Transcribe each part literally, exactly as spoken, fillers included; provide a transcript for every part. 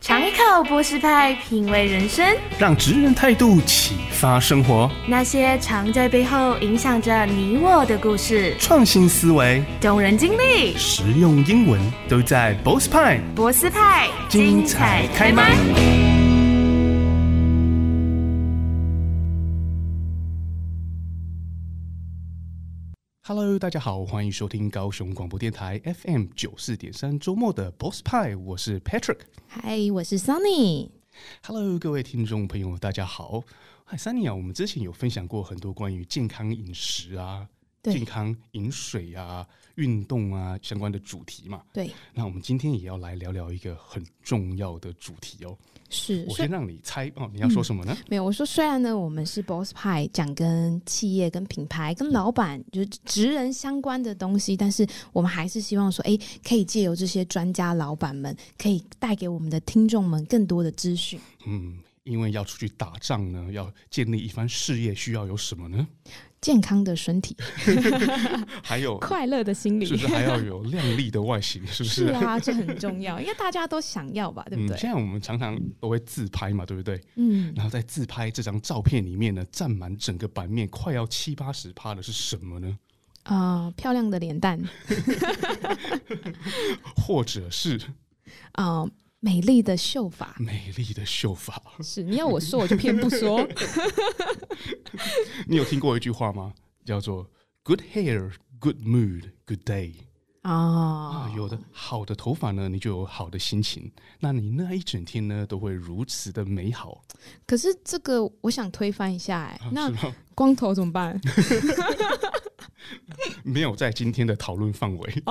尝一口波士派，品味人生， 让职人态度启发生活。 那些藏在背后影响着你我的故事， 创新思维、 动人经历、 实用英文，都在波士派。 波士派精彩开麦。Hello， 大家好，欢迎收听高雄广播电台 F M 九四点三周末的 Boss 派，我是 Patrick。 嗨，我是 Sunny。Hello， 各位听众朋友，大家好。嗨 ，Sunny 啊，我们之前有分享过很多关于健康饮食啊、健康饮水啊、运动啊相关的主题嘛。 对。那我们今天也要来聊聊一个很重要的主题哦。 是， 我先让你猜哦，你要说什么呢？ 嗯、没有，我说虽然呢，我们是 Boss 派，讲跟企业、跟品牌、跟老板，就是职人相关的东西，但是我们还是希望说，哎，可以借由这些专家老板们，可以带给我们的听众们更多的资讯。 嗯，因为要出去打仗呢，要建立一番事业，需要有什么呢？ 健康的身体还有快乐的心理， 是不是还要有亮丽的外形？是不是？ 是啊，这很重要，因为大家都想要吧，对不对？ 嗯、现在我们常常都会自拍嘛，对不对？ 嗯， 然后在自拍这张照片里面呢，占满整个版面快要七八十趴的是什么呢？ 啊、呃，漂亮的脸蛋， 或者是啊。呃美丽的秀发， 美丽的秀发是你要我说我就偏不说。 你有听过一句话吗？叫做 "Good hair, good mood, good day"。 哦、 啊，有的好的头发呢，你就有好的心情，那你那一整天呢都会如此的美好。 可是这个我想推翻一下、欸，哎、 啊， 那光头怎么办？ 没有在今天的讨论范围。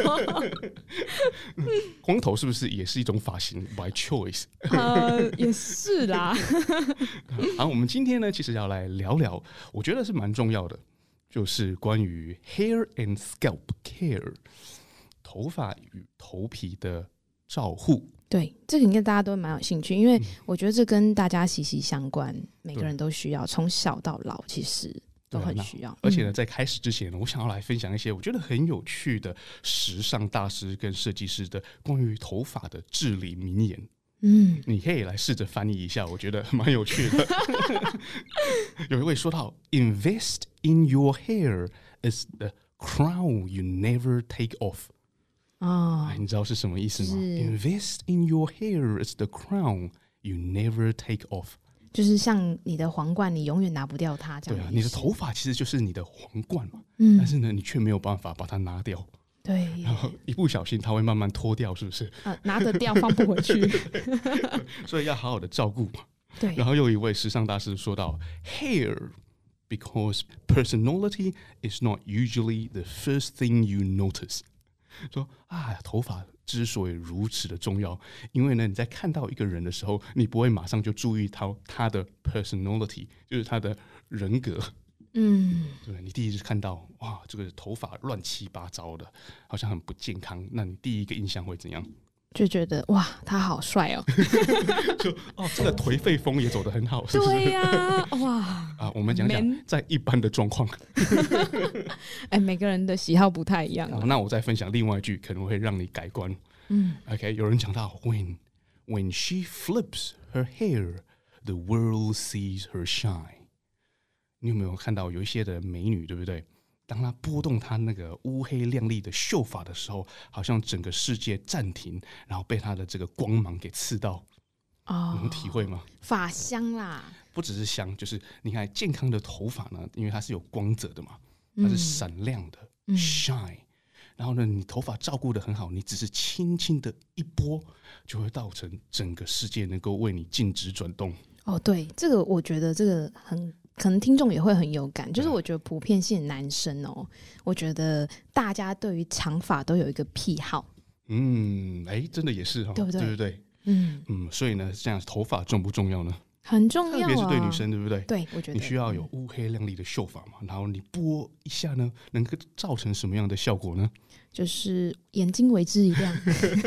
光头是不是也是一种发型 by choice？ 呃，也是啦。 好，我们今天呢，其实要来聊聊，我觉得是蛮重要的，就是关于 hair and scalp care， 头发与头皮的照护。 对，这个应该大家都蛮有兴趣，因为我觉得这跟大家息息相关，每个人都需要，从小到老其实都很需要。 而且呢，在开始之前呢，我想要来分享一些我觉得很有趣的时尚大师跟设计师的关于头发的至理名言。嗯，你可以来试着翻译一下，我觉得蛮有趣的。有一位说到 ，Invest in your hair is the crown you never take off。哦，你知道是什么意思吗 ？Invest in your hair is the crown you never take off。 就是像你的皇冠，你永远拿不掉它这样。 对啊，你的头发其实就是你的皇冠嘛，嗯，但是呢，你却没有办法把它拿掉。 对， 然后一不小心它会慢慢脱掉，是不是？ 啊，拿得掉放不回去。 所以要好好的照顾嘛。 对。然后又一位时尚大师说到 ，Hair because personality is not usually the first thing you notice。说啊，头发之所以如此的重要，因为呢，你在看到一个人的时候，你不会马上就注意到他的 personality， 就是他的人格。嗯，对，你第一次看到哇，这个头发乱七八糟的，好像很不健康，那你第一个印象会怎样？ 就觉得哇，他好帅哦！ 就哦，这个颓废风也走得很好，是不是？ 对呀、啊，哇！ 啊，我们讲讲在一般的状况， 哎，每个人的喜好不太一样、啊。 那我再分享另外一句，可能会让你改观。嗯 ，OK， 有人讲到 when when she flips her hair, the world sees her shine。你有没有看到有一些的美女，对不对？当她拨动她那个乌黑亮丽的秀发的时候，好像整个世界暂停，然后被她的这个光芒给刺到。哦，你能体会吗？ 发香啦， 不只是香，就是你看健康的头发呢，因为它是有光泽的嘛，它是闪亮的、嗯、shine。然后呢，你头发照顾得很好，你只是轻轻的一拨，就会造成整个世界能够为你静止转动。 哦，对，这个我觉得这个很。可能听众也会很有感，就是我觉得普遍性男生哦，我觉得大家对于长发都有一个癖好。 嗯，哎，真的也是哈、哦， 对不对？ 对不对？嗯嗯，所以呢，这样头发重不重要呢？ 很重要、啊， 特别是对女生，对不对？ 对，我觉得你需要有乌黑亮丽的秀发嘛，然后你拨一下呢，能够造成什么样的效果呢？ 就是眼睛为之一亮，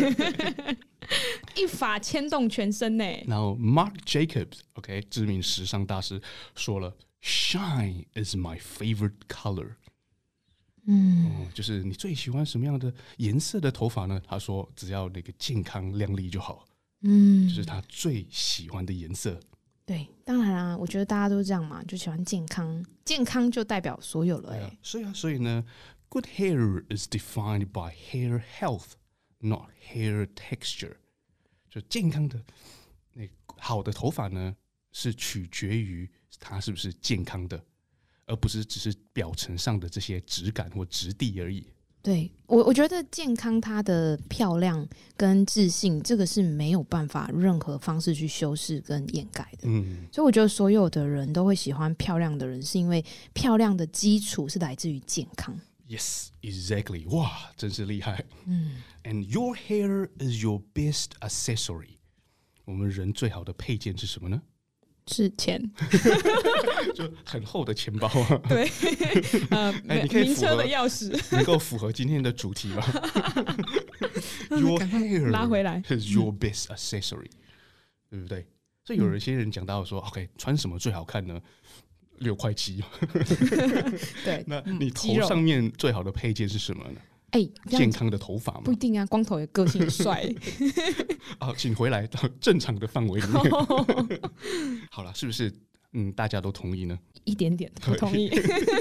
一发牵动全身呢。 然后 Marc Jacobs，OK，、okay, 知名时尚大师说了 ，Shine is my favorite color。嗯、哦，就是你最喜欢什么样的颜色的头发呢？他说，只要那个健康亮丽就好。 嗯，这是他最喜欢的颜色。 对，当然啊，我觉得大家都这样嘛，就喜欢健康，健康就代表所有了哎、欸。 是啊，所以呢 ，good hair is defined by hair health, not hair texture。就健康的那好的头发呢，是取决于它是不是健康的，而不是只是表层上的这些质感或质地而已。 对，我我觉得健康它的漂亮跟自信，这个是没有办法任何方式去修饰跟掩盖的。嗯，所以我觉得所有的人都会喜欢漂亮的人，是因为漂亮的基础是来自于健康。 Yes, exactly. 哇，真是厉害。嗯 ，And your hair is your best accessory. 我们人最好的配件是什么呢？ 是钱。 就很厚的钱包啊。 对，呃，欸、你可以名车的钥匙， 能够符合今天的主题吗？Your hair 拉回来 is your best accessory，、嗯、对不对？所以有一些人讲到说、嗯、，OK， 穿什么最好看呢？六块肌。 对， 那你头上面最好的配件是什么呢？ 哎、欸， 健康的头发吗？ 不一定啊，光头也个性很帅。 好，请回来到正常的范围里面。好了，是不是？嗯，大家都同意呢？ 一点点，我同意。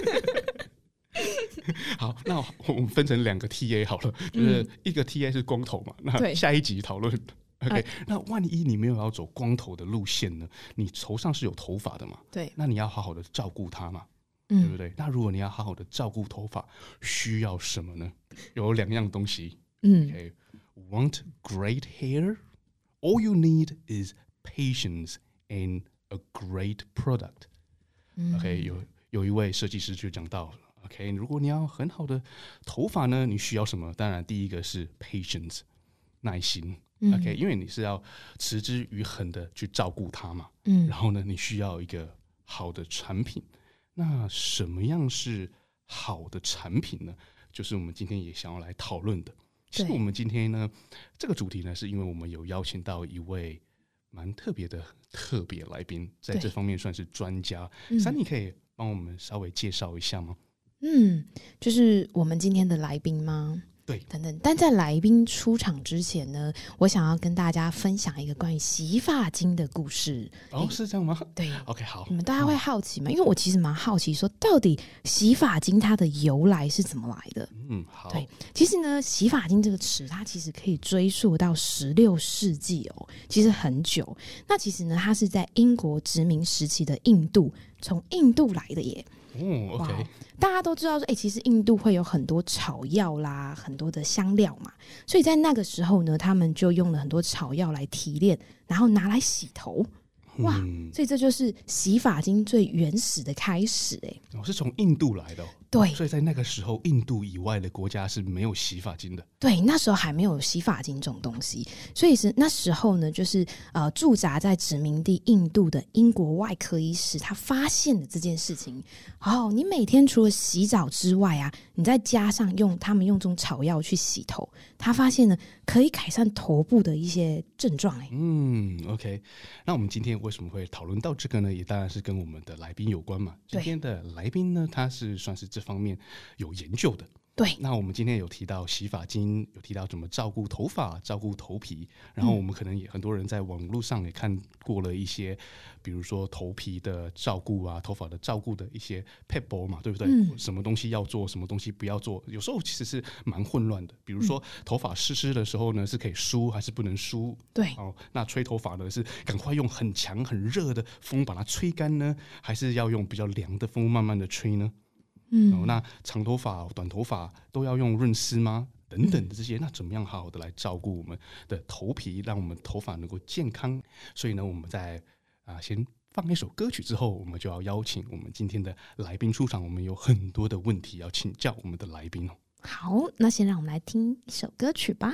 好，那我们分成两个 T A 好了，就是一个 T A 是光头嘛，那下一集讨论。OK，、啊、那万一你没有要走光头的路线呢？你头上是有头发的嘛？ 对， 那你要好好的照顾它嘛。嗯、对不对？那如果你要好好的照顾头发，需要什么呢？有两样东西。嗯 okay, Want great hair? All you need is patience and a great product. 嗯、OK， 有有一位设计师就讲到 ，OK， 如果你要很好的头发呢，你需要什么？当然，第一个是 patience， 耐心。嗯、OK， 因为你是要持之以恒的去照顾它嘛。嗯，然后呢，你需要一个好的产品。那什么样是好的产品呢？就是我们今天也想要来讨论的。其实我们今天呢，这个主题呢，是因为我们有邀请到一位蛮特别的特别来宾，在这方面算是专家。Sunny、嗯、可以帮我们稍微介绍一下吗？ 嗯，就是我们今天的来宾吗？ 对， 等等。但在来宾出场之前呢，我想要跟大家分享一个关于洗发精的故事。 哦，是这样吗？ 对 ，OK， 好。 你们大家会好奇吗？因为我其实蛮好奇，说到底洗发精它的由来是怎么来的？ 嗯，好。 对，其实呢，洗发精这个词，它其实可以追溯到十六世纪哦，其实很久。那其实呢，它是在英国殖民时期的印度，从印度来的耶。 嗯 ，OK， 大家都知道说，哎、欸，其实印度会有很多草药啦，很多的香料嘛，所以在那个时候呢，他们就用了很多草药来提炼，然后拿来洗头。哇，嗯、所以这就是洗发精最原始的开始、欸，哎、 哦，是从印度来的、哦。 对， 所以在那个时候，印度以外的国家是没有洗发精的。 对，那时候还没有洗发精这种东西，所以是那时候呢，就是呃驻扎在殖民地印度的英国外科医师，他发现了这件事情。哦，你每天除了洗澡之外啊，你再加上用他们用这种草药去洗头，他发现呢可以改善头部的一些症状、欸。 嗯 ，OK， 那我们今天为什么会讨论到这个呢？也当然是跟我们的来宾有关嘛。今天的来宾呢，他是算是这方面有研究的。 对， 那我们今天有提到洗发精，有提到怎么照顾头发、照顾头皮，然后我们可能也很多人在网络上也看过了一些，比如说头皮的照顾啊、头发的照顾的一些 pebble 嘛，对不对？嗯、什么东西要做，什么东西不要做，有时候其实是蛮混乱的。比如说、嗯、头发湿湿的时候呢，是可以梳还是不能梳？ 对， 哦，那吹头发呢，是赶快用很强很热的风把它吹干呢，还是要用比较凉的风慢慢的吹呢？嗯、哦，那长头发、短头发都要用润丝吗？等等的这些，那怎么样好好的来照顾我们的头皮，让我们头发能够健康？所以呢，我们在啊、呃、先放一首歌曲之后，我们就要邀请我们今天的来宾出场。我们有很多的问题要请教我们的来宾哦。 好，那先让我们来听一首歌曲吧。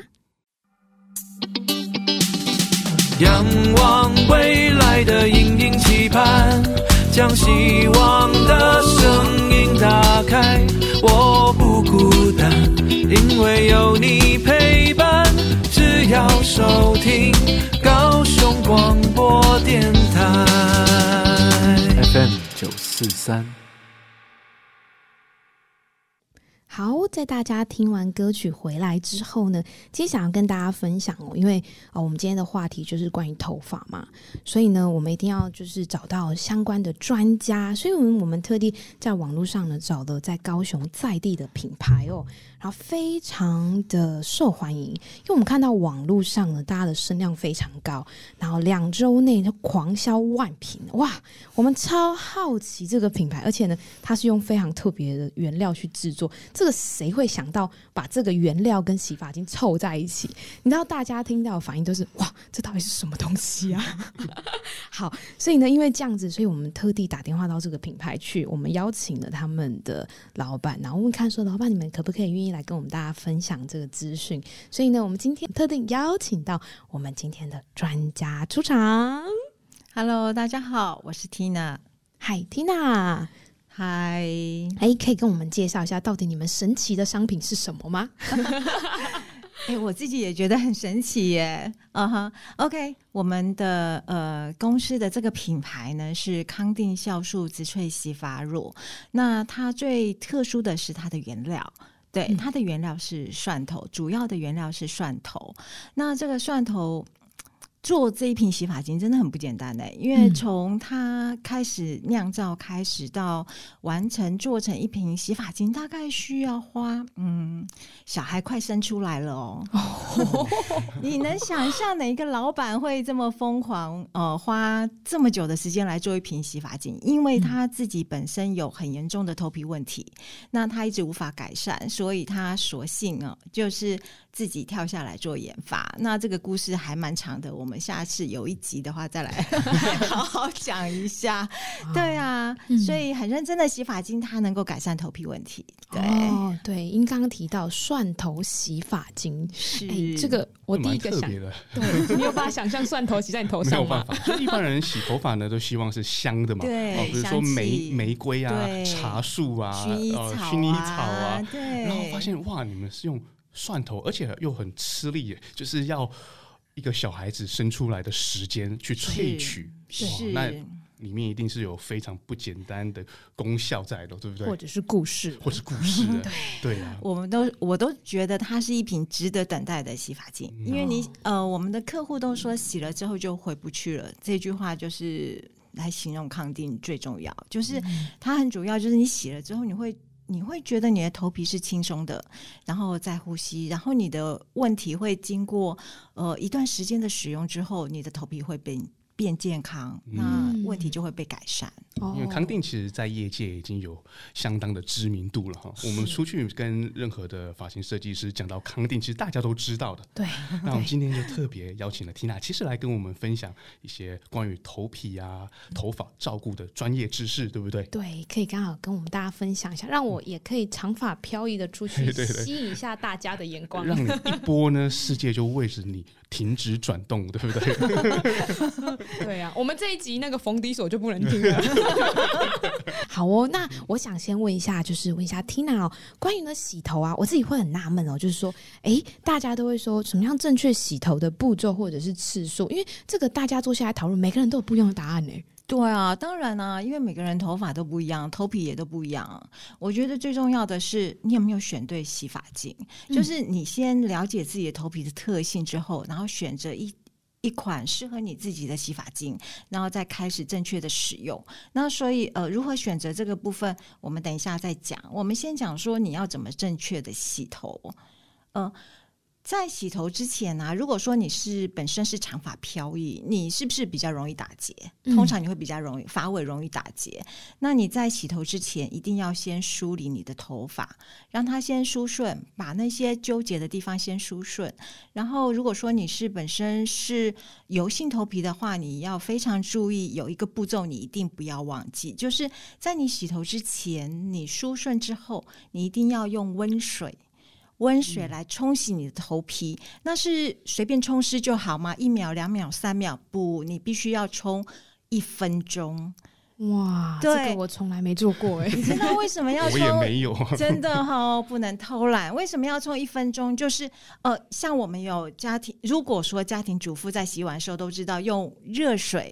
仰望未来的隐隐期盼，将希望的声音打开，我不孤单，因为有你陪伴，只要收听高雄广播电台 F M 九四三。 好，在大家听完歌曲回来之后呢，今天想要跟大家分享哦，因为、哦、我们今天的话题就是关于头发嘛，所以呢，我们一定要就是找到相关的专家，所以我们我们特地在网络上呢找了在高雄在地的品牌哦，然后非常的受欢迎，因为我们看到网络上呢大家的声量非常高，然后两周内就狂销万瓶，哇，我们超好奇这个品牌，而且呢，它是用非常特别的原料去制作。这个谁会想到把这个原料跟洗发精凑在一起？你知道大家听到的反应都是哇，这到底是什么东西啊？好，所以呢，因为这样子，所以我们特地打电话到这个品牌去，我们邀请了他们的老板，然后问看说，老板你们可不可以愿意来跟我们大家分享这个资讯？所以呢，我们今天特地邀请到我们今天的专家出场。 Hello， 大家好，我是 Tina。 嗨 ，Tina。 嗨， 哎，可以跟我们介绍一下，到底你们神奇的商品是什么吗？ 哎，我自己也觉得很神奇耶。嗯哼 ，OK， 我们的呃公司的这个品牌呢是康定酵素植萃洗发乳。那它最特殊的是它的原料。对，它的原料是蒜头，主要的原料是蒜头。那这个蒜头做这一瓶洗发精真的很不简单耶，因为从它开始酿造开始到完成做成一瓶洗发精，大概需要花嗯，小孩快生出来了哦。哦你能想象哪一个老板会这么疯狂呃，花这么久的时间来做一瓶洗发精？因为他自己本身有很严重的头皮问题，那他一直无法改善，所以他索性啊，就是自己跳下来做研发。那这个故事还蛮长的，我们下次有一集的话再来好好讲一下。对啊、嗯、所以很认真的洗发精它能够改善头皮问题。对哦，对，因刚刚提到蒜头洗发精，是、欸、这个我第一个想，对，你有办法想象蒜头洗在你头上吗？ 没有办法，就一般人洗头发呢都希望是香的嘛， 对、 哦，比如说玫玫瑰啊、茶树啊、 薰衣草啊、 薰衣草啊， 对， 然后发现哇，你们是用蒜头，而且又很吃力耶，就是要一个小孩子生出来的时间去萃取， 是那里面一定是有非常不简单的功效在的，对不对？ 或者是故事， 或者是故事对, 对啊， 我们都我都觉得它是一瓶值得等待的洗发精，嗯、因为你呃，我们的客户都说洗了之后就回不去了，这句话就是来形容康定最重要，就是它很主要，就是你洗了之后你会。你会觉得你的头皮是轻松的，然后再呼吸，然后你的问题会经过呃一段时间的使用之后，你的头皮会变变健康，嗯、那问题就会被改善。 因为康定其实在业界已经有相当的知名度了哈，我们出去跟任何的发型设计师讲到康定，其实大家都知道的。 对， 那我们今天就特别邀请了 Tina， 其实来跟我们分享一些关于头皮啊、头发照顾的专业知识，对不对？ 对，可以刚好跟我们大家分享一下，让我也可以长发飘逸的出去，对对对，吸引一下大家的眼光， 让你一波呢，世界就为着你停止转动，对不对？ 对啊，我们这一集那个冯迪所就不能听了。好哦，那我想先问一下，就是问一下 Tina 哦，关于呢洗头啊，我自己会很纳闷哦，就是说，哎，大家都会说什么样正确洗头的步骤或者是次数，因为这个大家坐下来讨论，每个人都有不一样的答案呢。 对啊，当然啊，因为每个人头发都不一样，头皮也都不一样。我觉得最重要的是你有没有选对洗发精，嗯、就是你先了解自己的头皮的特性之后，然后选择一。一款适合你自己的洗发精，然后再开始正确的使用。那所以呃，如何选择这个部分，我们等一下再讲。我们先讲说你要怎么正确的洗头。呃，在洗头之前啊，如果说你是本身是长发飘逸，你是不是比较容易打结？通常你会比较容易发尾容易打结。那你在洗头之前一定要先梳理你的头发，让它先梳顺，把那些纠结的地方先梳顺。然后如果说你是本身是油性头皮的话，你要非常注意有一个步骤你一定不要忘记，就是在你洗头之前，你梳顺之后，你一定要用温水温水来冲洗你的头皮。嗯、那是随便冲湿就好吗？一秒两秒三秒？不，你必须要冲一分钟。 哇，这个我从来没做过哎、欸！ 你知道为什么要冲？ 我也没有， 真的哦，不能偷懒。为什么要冲一分钟？就是呃，像我们有家庭，如果说家庭主妇在洗碗的时候都知道用热水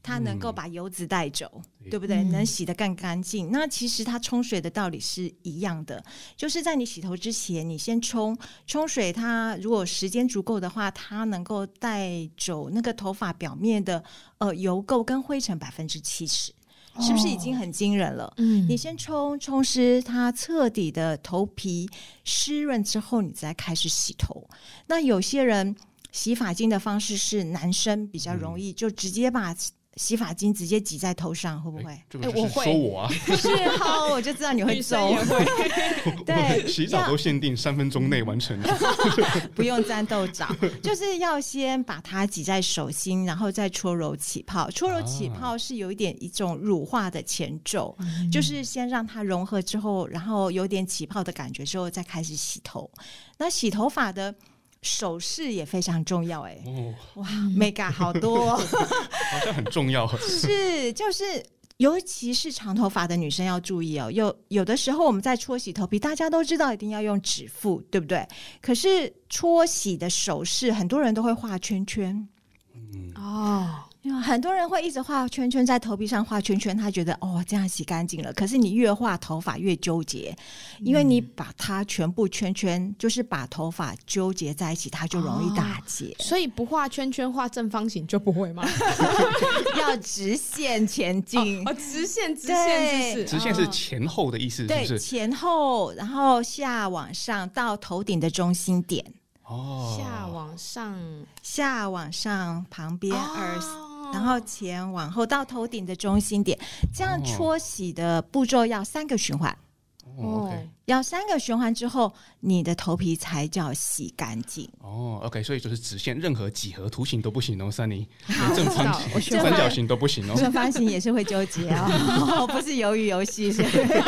它能够把油脂带走，嗯、对不对？能洗得更干净。那其实它冲水的道理是一样的，就是在你洗头之前，你先冲冲水，它如果时间足够的话，它能够带走那个头发表面的呃油垢跟灰尘百分之七十。是不是已经很惊人了？嗯，你先冲冲湿它，彻底的头皮湿润之后，你再开始洗头。那有些人洗发精的方式是男生比较容易，嗯、就直接把洗发精直接挤在头上，会不会？ 哎，这个就是说我啊， 是好，我就知道你会走。对， 洗澡都限定三分钟内完成， 不用沾豆澡，就是要先把它挤在手心，然后再搓揉起泡。搓揉起泡是有一点一种乳化的前奏，啊、就是先让它融合之后，然后有点起泡的感觉之后，再开始洗头。那洗头发的手势也非常重要，哎、哦，哇 ，mega 好多、哦， 好像很重要。 是，就是尤其是长头发的女生要注意哦。有有的时候我们在搓洗头皮，大家都知道一定要用指腹，对不对？可是搓洗的手势，很多人都会画圈圈。嗯，哦。很多人会一直画圈圈在头皮上画圈圈，他觉得哦这样洗干净了。可是你越画头发越纠结，因为你把它全部圈圈，就是把头发纠结在一起，它就容易打结。 哦、所以不画圈圈画正方形就不会吗？ 要直线前进。 哦，哦直线直线是直线是前后的意思，是不是？ 对，前后，然后下往上到头顶的中心点。 哦，下往上， 下往上，旁边耳。哦然后前往后到头顶的中心点，这样搓洗的步骤要三个循环。 哦 ，OK， 要三个循环之后，你的头皮才叫洗干净。 哦 ，OK， 所以就是直线，任何几何图形都不行哦，珊妮，正方形、三角形都不行哦， 正方形也是会纠结哦，不是鱿鱼游戏是。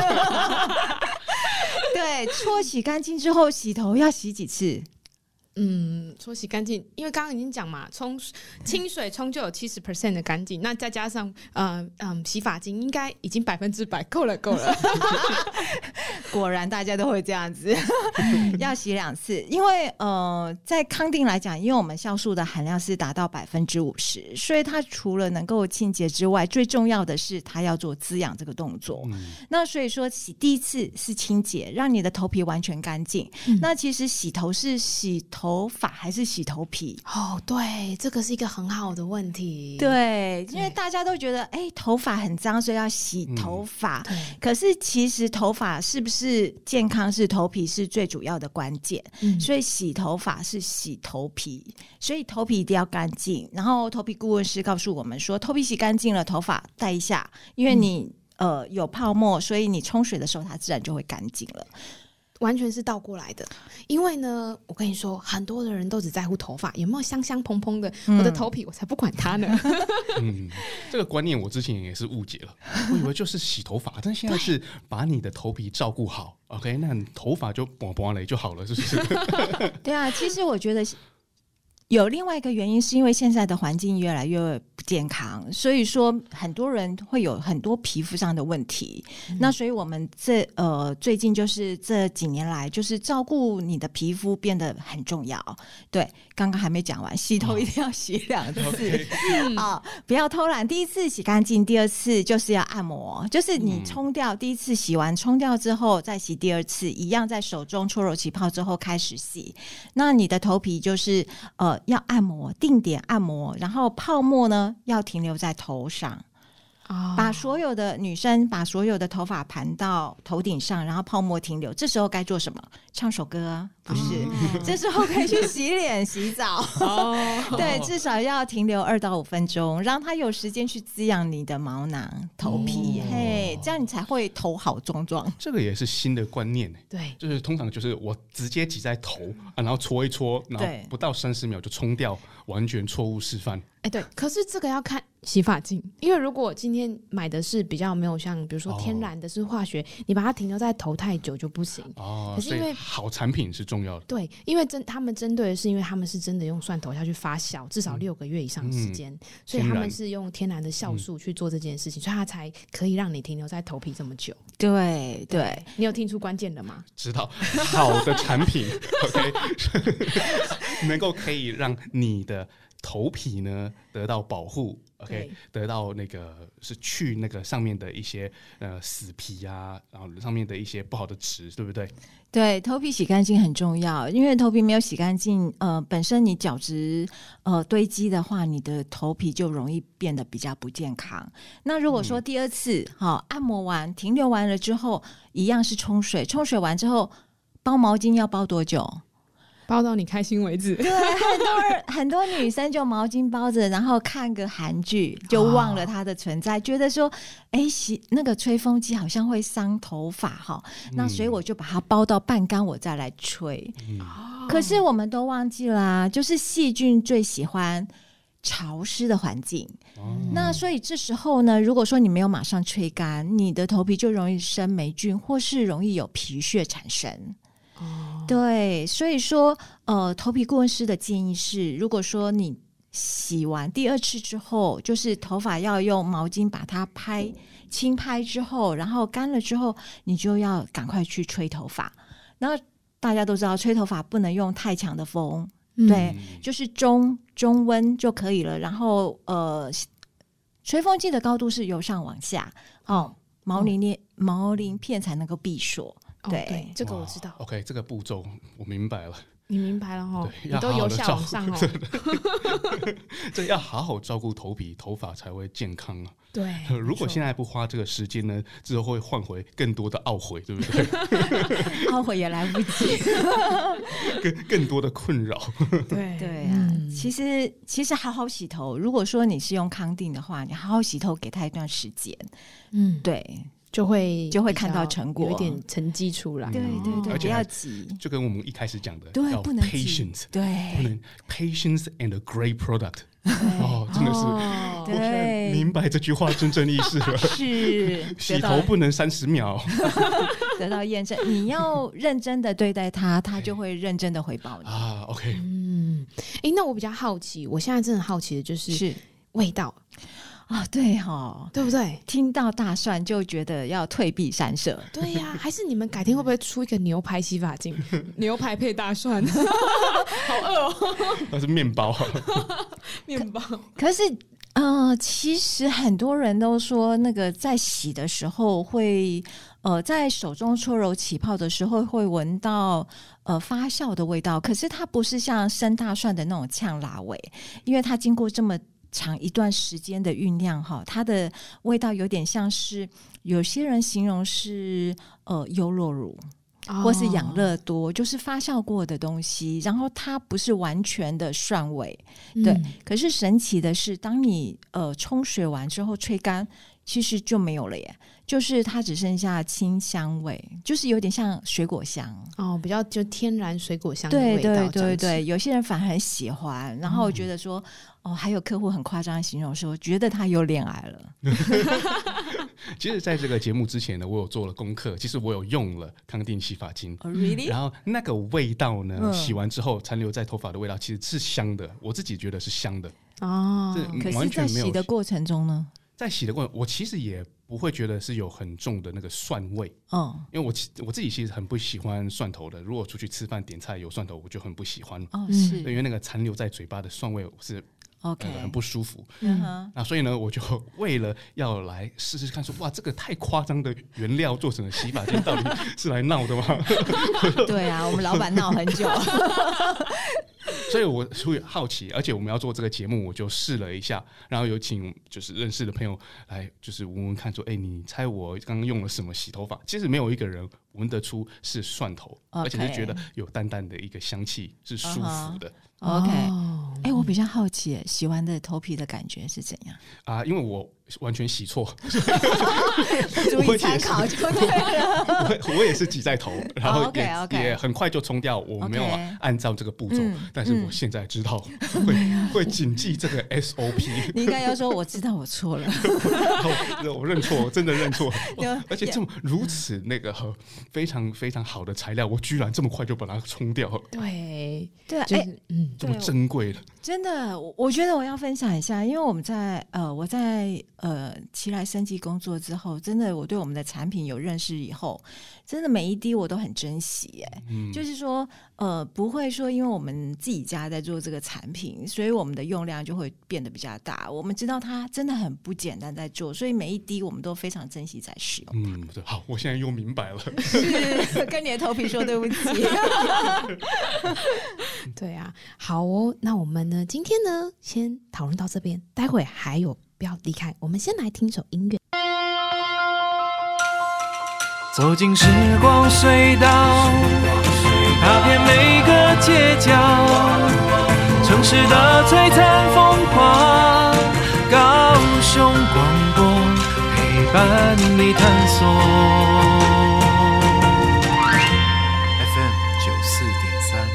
对，搓洗干净之后，洗头要洗几次？ 嗯，搓洗干净，因为刚刚已经讲嘛，冲清水冲就有七十 percent 的干净，那再加上呃嗯洗发精，应该已经百分之百够了，够了。 果然大家都会这样子，要洗两次，因为呃在康定来讲，因为我们酵素的含量是达到百分之五十，所以它除了能够清洁之外，最重要的是它要做滋养这个动作。嗯、那所以说洗第一次是清洁，让你的头皮完全干净。嗯、那其实洗头是洗头。头发还是洗头皮？ 哦，对，这个是一个很好的问题。 对，因为大家都觉得，哎，头发很脏，所以要洗头发。嗯、可是其实头发是不是健康，是头皮是最主要的关键。嗯、所以洗头发是洗头皮，所以头皮一定要干净。然后头皮顾问师告诉我们说，头皮洗干净了，头发带一下，因为你、嗯、呃有泡沫，所以你冲水的时候，它自然就会干净了。 完全是倒过来的，因为呢，我跟你说，很多的人都只在乎头发有没有香香蓬蓬的，嗯、我的头皮我才不管它呢。 嗯，这个观念我之前也是误解了，我以为就是洗头发，但现在是把你的头皮照顾好 ，OK， 那你头发就拔拔了就好了，是不是？ 对啊，其实我觉得有另外一个原因，是因为现在的环境越来越不健康，所以说很多人会有很多皮肤上的问题。嗯、那所以我们这呃最近就是这几年来，就是照顾你的皮肤变得很重要。对，刚刚还没讲完，洗头一定要洗两次啊、哦哦，不要偷懒。第一次洗干净，第二次就是要按摩，就是你冲掉、嗯、第一次洗完冲掉之后，再洗第二次，一样在手中搓揉起泡之后开始洗。那你的头皮就是呃。要按摩，定点按摩，然后泡沫呢要停留在头上。哦、把所有的女生把所有的头发盘到头顶上，然后泡沫停留。这时候该做什么？唱首歌啊？不是，哦、这时候可以去洗脸、洗澡。哦、对，至少要停留二到五分钟，让它有时间去滋养你的毛囊、头皮。哦、嘿，这样你才会头好壮壮。 这个也是新的观念。 对， 就是通常就是我直接挤在头，啊、然后搓一搓，然后不到三十秒就冲掉，完全错误示范。 哎，对，可是这个要看洗发精，因为如果今天买的是比较没有像比如说天然的是化学，哦、你把它停留在头太久就不行。哦，可是因为好产品是重要的。 对，因为真他们针对的是因为他们是真的用蒜头下去发酵，至少六个月以上的时间，嗯、所以他们是用天然的酵素去做这件事情，嗯、所以它才可以让你停留在头皮这么久。 对对， 你有听出关键了吗？ 知道，好的产品，OK， 能够可以让你的头皮呢得到保护 ，OK， 得到那个是去那个上面的一些呃死皮啊，然后上面的一些不好的质，对不对？ 对，头皮洗干净很重要，因为头皮没有洗干净，呃，本身你角质呃堆积的话，你的头皮就容易变得比较不健康。那如果说第二次好、嗯、按摩完停留完了之后，一样是冲水，冲水完之后包毛巾要包多久？ 包到你开心为止。 对，很多人很多女生就毛巾包着，然后看个韩剧就忘了它的存在，哦、觉得说，哎，洗那个吹风机好像会伤头发哈、嗯，那所以我就把它包到半干，我再来吹。嗯、可是我们都忘记啦，就是细菌最喜欢潮湿的环境。哦、那所以这时候呢，如果说你没有马上吹干，你的头皮就容易生霉菌，或是容易有皮屑产生。哦、对，所以说呃，头皮顾问师的建议是，如果说你洗完第二次之后，就是头发要用毛巾把它拍轻拍之后，然后干了之后，你就要赶快去吹头发。然后大家都知道吹头发不能用太强的风，嗯、对，就是中中温就可以了。然后呃，吹风机的高度是由上往下，哦，毛鳞毛鳞片才能够闭锁。对, 哦、对，这个我知道。 OK， 这个步骤我明白了。 你明白了齁，你都由下往上哦。 这要好好照顾头皮，头发才会健康啊。 对， 如果现在不花这个时间呢，之后会换回更多的懊悔，对不对？ 懊悔也来不及， 更更多的困扰。 对对啊，嗯、其实其实好好洗头，如果说你是用康定的话，你好好洗头，给它一段时间，嗯，对。 就会就会看到成果， 有一点成绩出来。 对对对，不要急， 就跟我们一开始讲的， 对， 要不能 patience， 对， 不能 patience and a great product。哦，真的是， 哦、对， 明白这句话真正意思了。 是， 洗头不能三十秒， 得到验证，你要认真的对待它，它就会认真的回报你啊。OK， 嗯，哎，那我比较好奇，我现在真的好奇的就是是味道。 啊、哦，对哈、哦， 对不对？ 听到大蒜就觉得要退避三舍。 对呀、啊，还是你们改天会不会出一个牛排洗发精？牛排配大蒜，好饿哦！ 那是面包， 面包。 可是，呃，其实很多人都说，那个在洗的时候会，呃，在手中搓揉起泡的时候会闻到呃发酵的味道。可是它不是像生大蒜的那种呛辣味，因为它经过这么长一段时间的酝酿哈，它的味道有点像是有些人形容是呃优酪乳、哦、或是养乐多，就是发酵过的东西，然后它不是完全的蒜味、嗯、对。可是神奇的是，当你呃冲水完之后吹干，其实就没有了耶，就是它只剩下清香味，就是有点像水果香哦，比较就天然水果香的味道。 对对对对，有些人反而很喜欢，然后觉得说、嗯、哦，还有客户很夸张的形容说，觉得他又恋爱了。 其实在这个节目之前呢，我有做了功课，其实我有用了康定洗发精、 oh, really? 然后那个味道呢、嗯、洗完之后残留在头发的味道其实是香的，我自己觉得是香的哦。可是在洗的过程中呢， 在洗的过程我其实也不会觉得是有很重的那个蒜味哦，因为我我自己其实很不喜欢蒜头的，如果出去吃饭点菜有蒜头我就很不喜欢哦，是因为那个残留在嘴巴的蒜味是 OK，、 呃、很不舒服。 嗯， 那所以呢，我就为了要来试试看说，哇，这个太夸张的原料做成的洗发精，到底是来闹的吗？ 对啊，我们老板闹很久。 所以我出于好奇，而且我们要做这个节目，我就试了一下，然后有请就是认识的朋友来，就是闻闻看，说，哎、欸，你猜我刚刚用了什么洗头发？其实没有一个人闻得出是蒜头， okay. 而且是觉得有淡淡的一个香气，是舒服的。 Uh-huh. OK， 哎、欸，我比较好奇，洗完的头皮的感觉是怎样啊？因为我完全洗错， 不足以参考就对了。 我, 我也是挤在头，然后也, oh, okay, okay. 也很快就冲掉，我没有按照这个步骤， okay. 但是我现在知道、嗯、会会谨记这个 S O P。 你应该要说我知道我错了， 我, 我认错，我真的认错，而且这么如此那个非常非常好的材料，我居然这么快就把它冲掉了。 对对，哎、 就是嗯。 这么珍贵的， 真的，我觉得我要分享一下，因为我们在呃，我在呃，奇来生技工作之后，真的我对我们的产品有认识以后，真的每一滴我都很珍惜耶、嗯、就是说呃，不会说因为我们自己家在做这个产品，所以我们的用量就会变得比较大。我们知道它真的很不简单在做，所以每一滴我们都非常珍惜在使用。 嗯，对，好，我现在又明白了， 是跟你的头皮说对不起。 对啊，好哦，那我们呢今天呢先讨论到这边，待会还有不要离开，我们先来听首音乐。 走进时光隧道，踏遍每个街角，城市的璀璨风华，高雄广播陪伴你探索 F M 九四点三。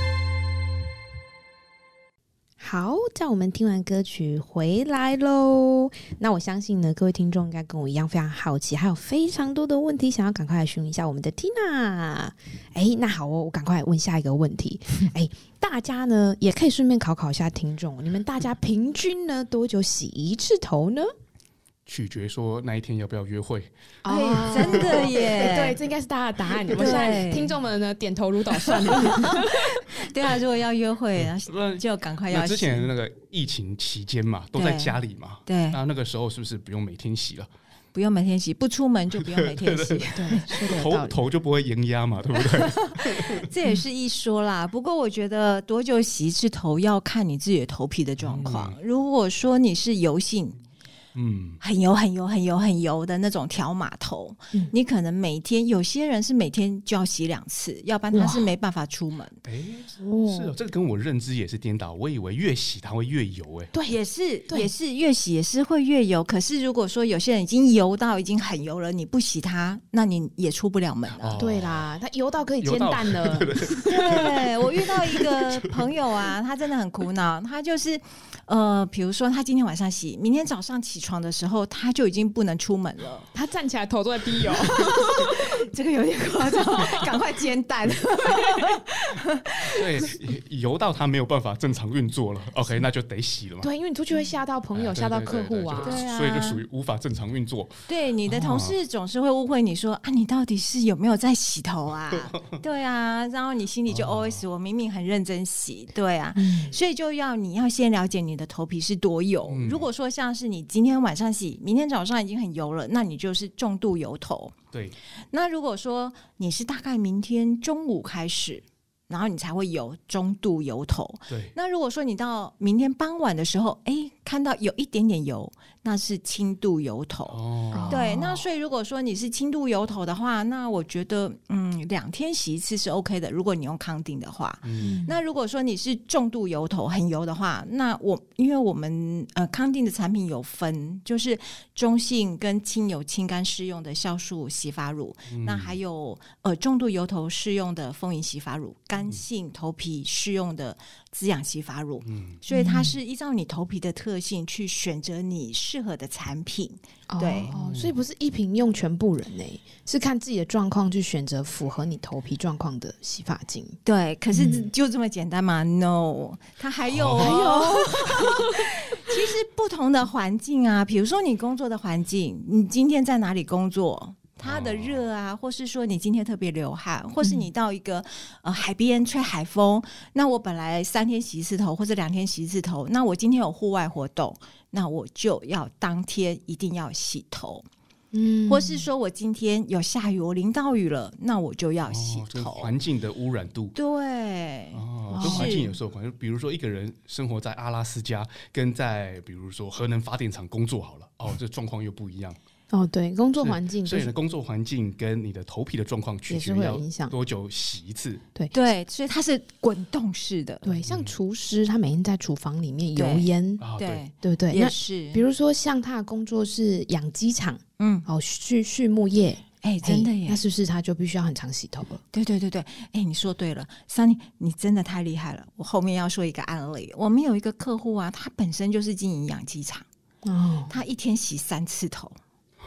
好，在我们听完歌曲回来咯，那我相信呢各位听众应该跟我一样非常好奇，还有非常多的问题想要赶快来询问一下我们的 Tina。 哎，那好哦，我赶快问下一个问题。哎，大家呢也可以顺便考考一下听众，你们大家平均呢多久洗一次头呢？ 取决说那一天要不要约会。 哎、哦，真的耶！ 对，这应该是大家的答案。我们现在听众们呢点头如捣蒜。 对啊，如果要约会，就赶快要洗。 之前那个疫情期间嘛，都在家里嘛， 对， 那那个时候是不是不用每天洗了？ 不用每天洗，不出门就不用每天洗。 对，说的有道理。 头头就不会盐压嘛，对不对？ 这也是一说啦。不过我觉得多久洗一次头要看你自己的头皮的状况、嗯。如果说你是油性。嗯，很油很油很油很油的那种条码头、嗯、你可能每天，有些人是每天就要洗两次，要不然他是没办法出门。 哎、哦，是哦，这个跟我认知也是颠倒，我以为越洗它会越油。哎， 对，也是也是越洗也是会越油。可是如果说有些人已经油到已经很油了，你不洗它，那你也出不了门了。 哦、对啦，它油到可以煎蛋了。 对, 对，我遇到一个朋友啊，他真的很苦恼，他就是呃，比如说他今天晚上洗，明天早上起床的时候他就已经不能出门了， 他站起来头都在滴油。 这个有点夸张，赶快煎蛋。 对，油到他没有办法正常运作了 OK 那就得洗了嘛。 对，因为你出去会吓到朋友、吓、哎、到客户啊， 对啊， 所以就属于无法正常运作。 对，你的同事总是会误会你说、哦、啊，你到底是有没有在洗头啊？对啊，然后你心里就 O S、哦、我明明很认真洗。对啊、嗯、所以就要你要先了解你的头皮是多油、嗯、如果说像是你今天晚上洗，明天早上已经很油了，那你就是重度油头。 对， 那如果说你是大概明天中午开始，然后你才会有中度油头。 对， 那如果说你到明天傍晚的时候，哎，看到有一点点油，那是轻度油头。哦，对，那所以如果说你是轻度油头的话，那我觉得嗯，两天洗一次是 OK 的。如果你用康定的话，嗯，那如果说你是重度油头很油的话，那我因为我们呃康定的产品有分，就是中性跟轻油轻干适用的酵素洗发乳，嗯、那还有呃重度油头适用的丰盈洗发乳。干性头皮适用的滋养洗发乳、嗯、所以它是依照你头皮的特性去选择你适合的产品、嗯、对、 哦，所以不是一瓶用全部人呢，是看自己的状况去选择符合你头皮状况的洗发精。 对，可是就这么简单吗、嗯、？No， 它还有、哦、 还有其实不同的环境啊，比如说你工作的环境，你今天在哪里工作，它的热啊，或是说你今天特别流汗，或是你到一个、嗯、呃海边吹海风，那我本来三天洗一次头或者两天洗一次头，那我今天有户外活动，那我就要当天一定要洗头。嗯，或是说我今天有下雨，我淋到雨了，那我就要洗头。 哦、环境的污染度， 对， 哦，跟环境有时候，比如说一个人生活在阿拉斯加，跟在比如说核能发电厂工作好了，哦，这状况又不一样。 哦，对，工作环境、就是， 所以呢，工作环境跟你的头皮的状况取决于要多久洗一次。 对对，所以它是滚动式的。 对，像厨师，他每天在厨房里面油烟， 对对对不对？ 也是。 比如说像他的工作是养鸡场，嗯，哦，畜畜牧业。 哎、欸，真的耶！ 那是不是他就必须要很常洗头了？ 对对对对，哎、欸，你说对了 ，Sunny， 你真的太厉害了。我后面要说一个案例，我们有一个客户啊，他本身就是经营养鸡场，哦，他一天洗三次头。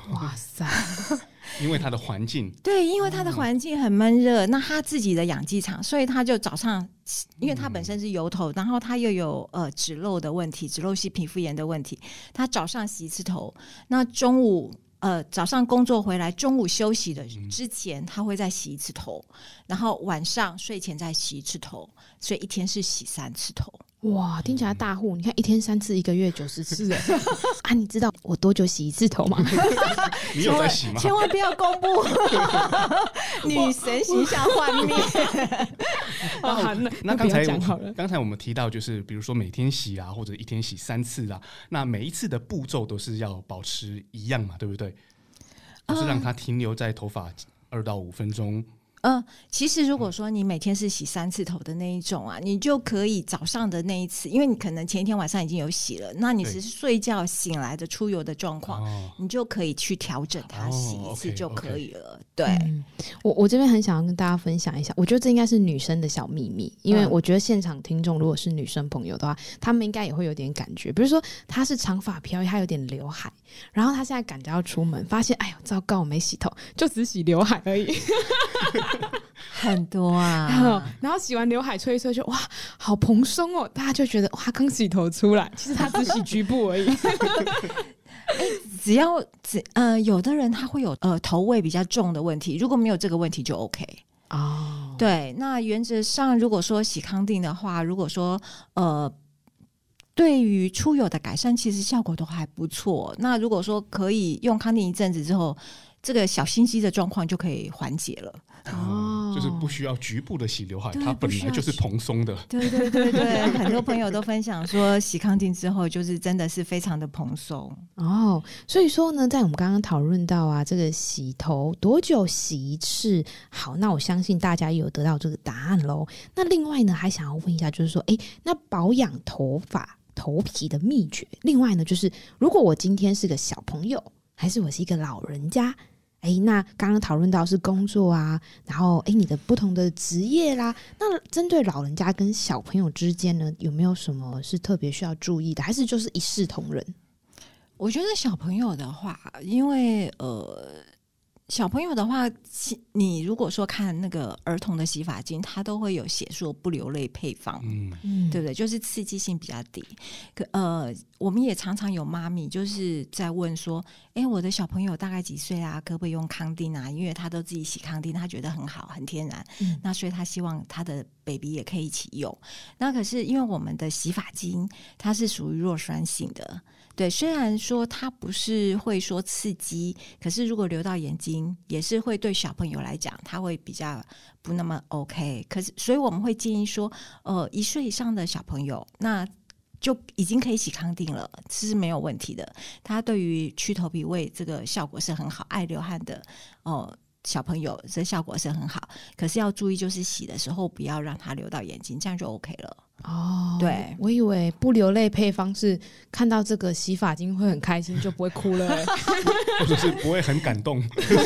哇塞！ 因为它的环境， 对，因为它的环境很闷热，嗯、那他自己的养鸡场，所以他就早上，因为他本身是油头，嗯、然后他又有呃脂漏的问题，脂漏性皮肤炎的问题，他早上洗一次头，那中午呃早上工作回来，中午休息的之前，他会再洗一次头，然后晚上睡前再洗一次头，所以一天是洗三次头。 哇，听起来大户！你看一天三次，一个月九十次啊！你知道我多久洗一次头吗？ 你有在洗吗？ 千万不要公布女神形象幻灭。 好，那那刚才刚才我们提到，就是比如说每天洗啊，或者一天洗三次啊，那每一次的步骤都是要保持一样嘛，对不对？就是让它停留在头发二到五分钟。 呃，其实如果说你每天是洗三次头的那一种啊，你就可以早上的那一次，因为你可能前一天晚上已经有洗了，那你只是睡觉醒来的出油的状况，你就可以去调整它，洗一次就可以了。哦、okay, okay. 对、 嗯，我我这边很想要跟大家分享一下，我觉得这应该是女生的小秘密，因为我觉得现场听众如果是女生朋友的话，他们应该也会有点感觉，比如说她是长发飘逸，她有点刘海，然后她现在赶着要出门，发现哎呦糟糕，我没洗头，就只洗刘海而已。 很多啊， 然后洗完刘海吹一吹就哇好蓬松哦，大家就觉得哇刚洗头出来，其实他只洗局部而已。 欸、只要只呃有的人他会有呃头味比较重的问题，如果没有这个问题就 OK 哦。对，那原则上如果说洗康定的话，如果说呃对于出油的改善，其实效果都还不错。那如果说可以用康定一阵子之后，这个小心机的状况就可以缓解了。 哦，就是不需要局部的洗刘海，它本来就是蓬松的。 对对对对，很多朋友都分享说，洗康定之后就是真的是非常的蓬松。 哦，所以说呢，在我们刚刚讨论到啊，这个洗头多久洗一次？好，那我相信大家也有得到这个答案咯。那另外呢，还想要问一下，就是说，哎，那保养头发头皮的秘诀？另外呢，就是如果我今天是个小朋友，还是我是一个老人家？哎，那刚刚讨论到是工作啊，然后哎，你的不同的职业啦，那针对老人家跟小朋友之间呢，有没有什么是特别需要注意的，还是就是一视同仁？ 我觉得小朋友的话，因为呃。小朋友的话，你如果说看那个儿童的洗发精，它都会有写说不流泪配方，嗯，对不对？就是刺激性比较低。可呃，我们也常常有妈咪就是在问说，哎，我的小朋友大概几岁啊？可不可以用康定啊？因为他都自己洗康定，他觉得很好，很天然。嗯、那所以他希望他的 baby 也可以一起用。那可是因为我们的洗发精它是属于弱酸性的。对，虽然说它不是会说刺激，可是如果流到眼睛，也是会对小朋友来讲，它会比较不那么 OK。可是，所以我们会建议说，呃，一岁以上的小朋友，那就已经可以洗康定了，这是没有问题的。它对于去头皮味这个效果是很好，爱流汗的哦。呃小朋友这效果是很好，可是要注意，就是洗的时候不要让它流到眼睛，这样就 OK 了。 哦， 对， 我以为不流泪配方是看到这个洗发精会很开心，就不会哭了、欸， 或者是不会很感动。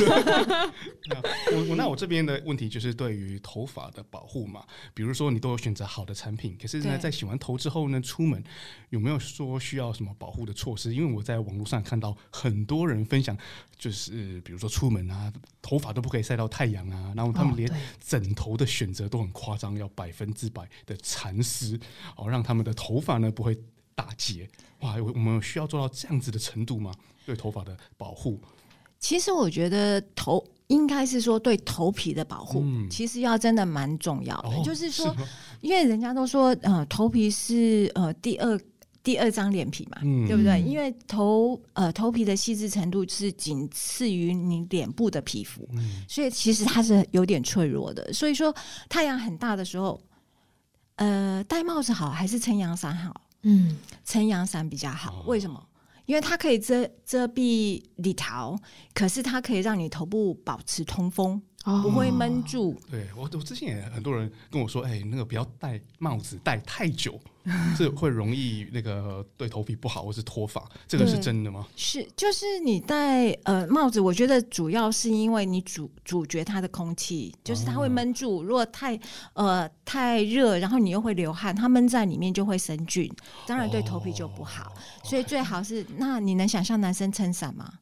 我我那我这边的问题就是对于头发的保护嘛，比如说你都有选择好的产品，可是呢，在洗完头之后呢，出门有没有说需要什么保护的措施？因为我在网络上看到很多人分享，就是比如说出门啊，头发都不可以晒到太阳啊，然后他们连枕头的选择都很夸张，要百分之百的蚕丝哦，让他们的头发呢不会打结。哇，我们有需要做到这样子的程度吗？对头发的保护？ 其实我觉得头应该是说对头皮的保护，嗯、其实要真的蛮重要的。哦、就是说，是因为人家都说，呃，头皮是呃第二第二张脸皮嘛，嗯、对不对？因为头呃头皮的细致程度是仅次于你脸部的皮肤，嗯、所以其实它是有点脆弱的。所以说，太阳很大的时候，呃，戴帽子好还是撑阳伞好？嗯，撑阳伞比较好。哦、为什么？因为它可以遮遮蔽里头，可是它可以让你头部保持通风，哦、不会闷住。 对，我我之前也很多人跟我说，哎、欸，那个不要戴帽子戴太久，这会容易那个对头皮不好或是脱发，这个是真的吗？ 是，就是你戴呃帽子，我觉得主要是因为你阻阻绝它的空气，就是它会闷住。哦、如果太呃太热，然后你又会流汗，它闷在里面就会生菌，当然对头皮就不好。哦、所以最好是，那你能想象男生撑伞吗？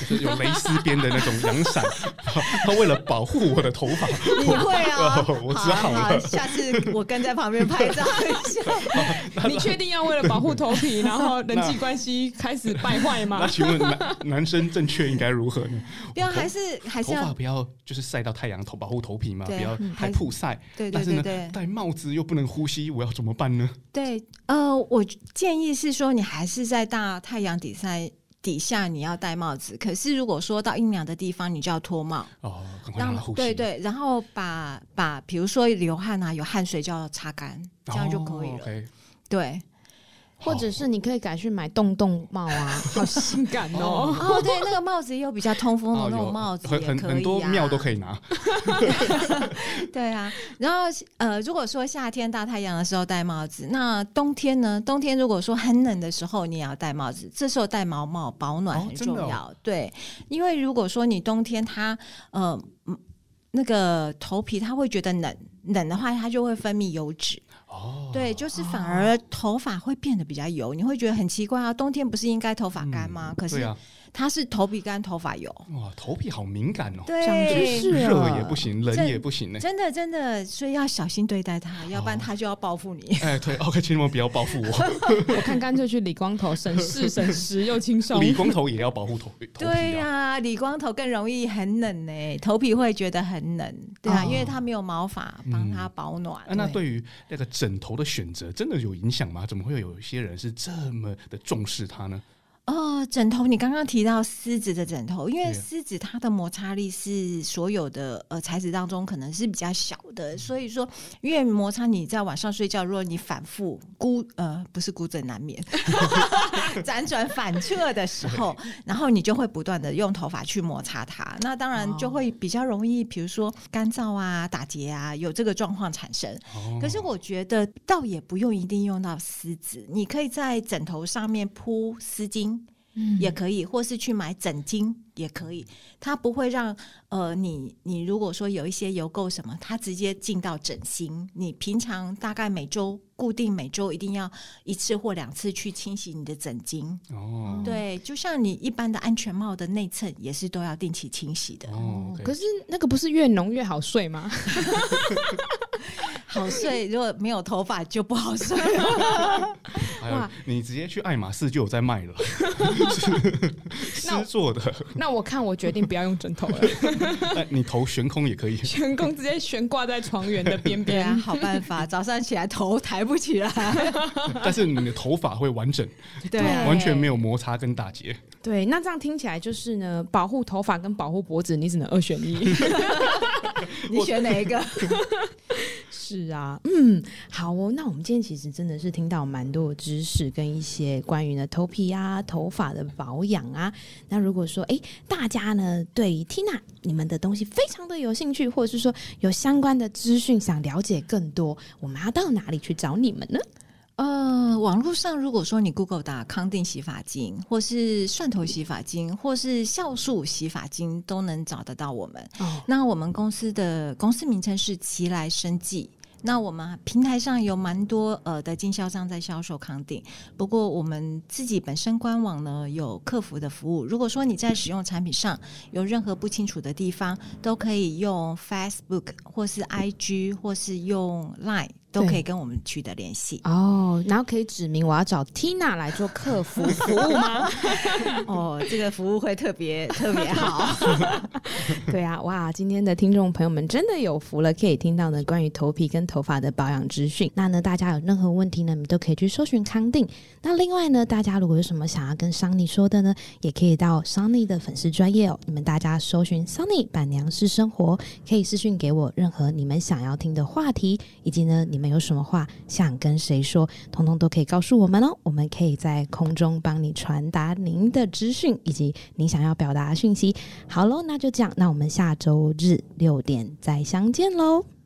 就是有蕾丝边的那种阳伞，他为了保护我的头发， 你会啊？ 哦、我知道了， 下次我跟在旁边拍照一下。 你确定要为了保护头皮，然后人际关系开始败坏吗？ 那请问男男生正确应该如何呢？ 不要，还是还是要头发不要就是晒到太阳，头保护头皮嘛，不要太曝晒。 对对对对， 戴帽子又不能呼吸，我要怎么办呢？ 对，呃，我建议是说，你还是在大太阳底下底下你要戴帽子。可是如果说到阴凉的地方，你就要脱帽哦，赶快让它呼吸。 对对，然后把把比如说流汗啊，有汗水就要擦干，这样就可以了。 哦 okay、 对。 或者是你可以改去买洞洞帽啊，好性感哦！ 哦，对，那个帽子也有比较通风的那种帽子也可以、啊， 很很多庙都可以拿。 对啊，然后呃，如果说夏天大太阳的时候戴帽子，那冬天呢？冬天如果说很冷的时候，你也要戴帽子。这时候戴毛帽保暖很重要。哦哦、对，因为如果说你冬天它呃那个头皮它会觉得冷，冷的话它就会分泌油脂。哦，对，就是反而头发会变得比较油，你会觉得很奇怪啊。冬天不是应该头发干吗？嗯、可是它是头皮干，头发油。 哇，头皮好敏感哦。 对， 热也不行，冷也不行呢。 真的真的，所以要小心对待它，要不然它就要报复你。 哎，对 ，OK， 千万不要报复我。我看干脆去理光头，省事省时又轻松。 理光头也要保护头皮。 对呀、啊，理光头更容易很冷呢，头皮会觉得很冷。对啊，哦、因为它没有毛发帮它保暖。 嗯啊、那对于那个枕头的选择，真的有影响吗？怎么会有一些人是这么的重视它呢？ 哦，枕头，你刚刚提到丝质的枕头，因为丝质它的摩擦力是所有的呃材质当中可能是比较小的，所以说越摩擦，你在晚上睡觉，如果你反复孤呃不是孤枕难眠，辗转反侧的时候，然后你就会不断的用头发去摩擦它，那当然就会比较容易，比如说干燥啊、打结啊，有这个状况产生。哦、可是我觉得倒也不用一定用到丝质，你可以在枕头上面铺丝巾。嗯、也可以，或是去买枕巾也可以，它不会让呃你你如果说有一些油垢什么，它直接进到枕芯。你平常大概每周固定每周一定要一次或两次去清洗你的枕巾。哦，对，就像你一般的安全帽的内衬也是都要定期清洗的。 哦， okay、可是那个不是越浓越好睡吗？ 好睡，如果没有头发就不好睡。 哇，你直接去爱马仕就有在卖了，丝做的。 那我看我决定不要用枕头了。 你头悬空也可以， 悬空直接悬挂在床缘的边边、 啊，好办法。早上起来头抬不起来， 但是你的头发会完整，对，完全没有摩擦跟打结。 对，那这样听起来就是呢，保护头发跟保护脖子，你只能二选一。 你选哪一个？ 是啊，嗯，好哦。那我们今天其实真的是听到蛮多的知识跟一些关于呢头皮啊、头发的保养啊。那如果说哎，大家呢对于 Tina 你们的东西非常的有兴趣，或者是说有相关的资讯想了解更多，我们要到哪里去找你们呢？ 呃，网络上如果说你 Google 打康定洗发精，或是蒜头洗发精，或是酵素洗发精，都能找得到我们。哦、那我们公司的公司名称是奇来生技。那我们平台上有蛮多呃的经销商在销售康定，不过我们自己本身官网呢有客服的服务。如果说你在使用产品上有任何不清楚的地方，都可以用 Facebook 或是 I G 或是用 Line。都可以跟我们取得联系哦，然后可以指明我要找 Tina 来做客服服务吗？ 哦，这个服务会特别特别好。 对啊，哇，今天的听众朋友们真的有福了，可以听到呢关于头皮跟头发的保养资讯。那呢，大家有任何问题呢，你们都可以去搜寻康定。那另外呢，大家如果有什么想要跟桑尼说的呢，也可以到桑尼的粉丝专页哦，你们大家搜寻桑尼板娘式生活，可以私讯给我任何你们想要听的话题，以及呢你们有什么话想跟谁说，通通都可以告诉我们哦。我们可以在空中帮你传达您的资讯以及您想要表达的讯息。好咯，那就这样，那我们下周日六点再相见咯。